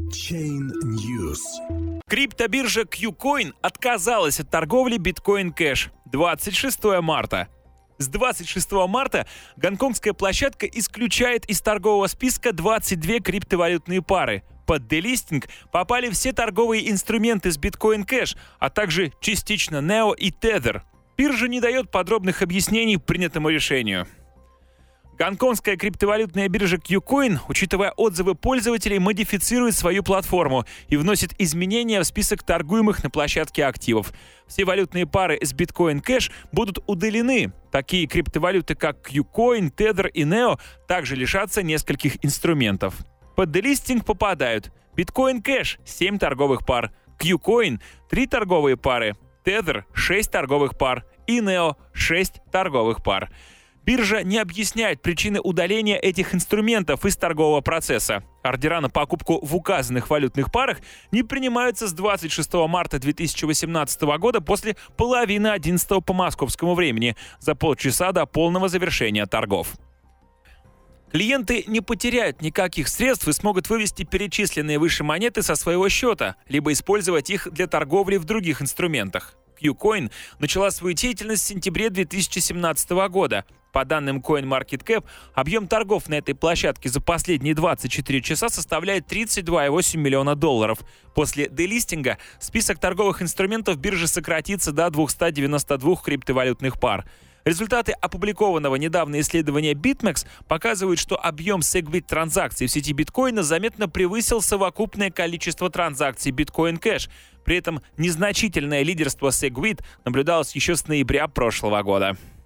Chain News. Криптобиржа KuCoin отказалась от торговли Bitcoin Cash 26 марта. С 26 марта гонконгская площадка исключает из торгового списка 22 криптовалютные пары. Под делистинг попали все торговые инструменты с Bitcoin Cash, а также частично Neo и Tether. Биржа не дает подробных объяснений принятому решению. Гонконгская криптовалютная биржа KuCoin, учитывая отзывы пользователей, модифицирует свою платформу и вносит изменения в список торгуемых на площадке активов. Все валютные пары с Bitcoin Cash будут удалены. Такие криптовалюты, как KuCoin, Tether и Neo, также лишатся нескольких инструментов. Под делистинг попадают Bitcoin Cash — 7 торговых пар, KuCoin — 3 торговые пары, Tether — 6 торговых пар и Neo — 6 торговых пар. Биржа не объясняет причины удаления этих инструментов из торгового процесса. Ордера на покупку в указанных валютных парах не принимаются с 26 марта 2018 года после половины 11 по московскому времени, за полчаса до полного завершения торгов. Клиенты не потеряют никаких средств и смогут вывести перечисленные выше монеты со своего счета, либо использовать их для торговли в других инструментах. KuCoin начала свою деятельность в сентябре 2017 года. По данным CoinMarketCap, объем торгов на этой площадке за последние 24 часа составляет $32,8 миллиона. После делистинга список торговых инструментов биржи сократится до 292 криптовалютных пар. Результаты опубликованного недавно исследования BitMEX показывают, что объем Segwit-транзакций в сети биткоина заметно превысил совокупное количество транзакций Bitcoin Cash. При этом незначительное лидерство Segwit наблюдалось еще с ноября прошлого года.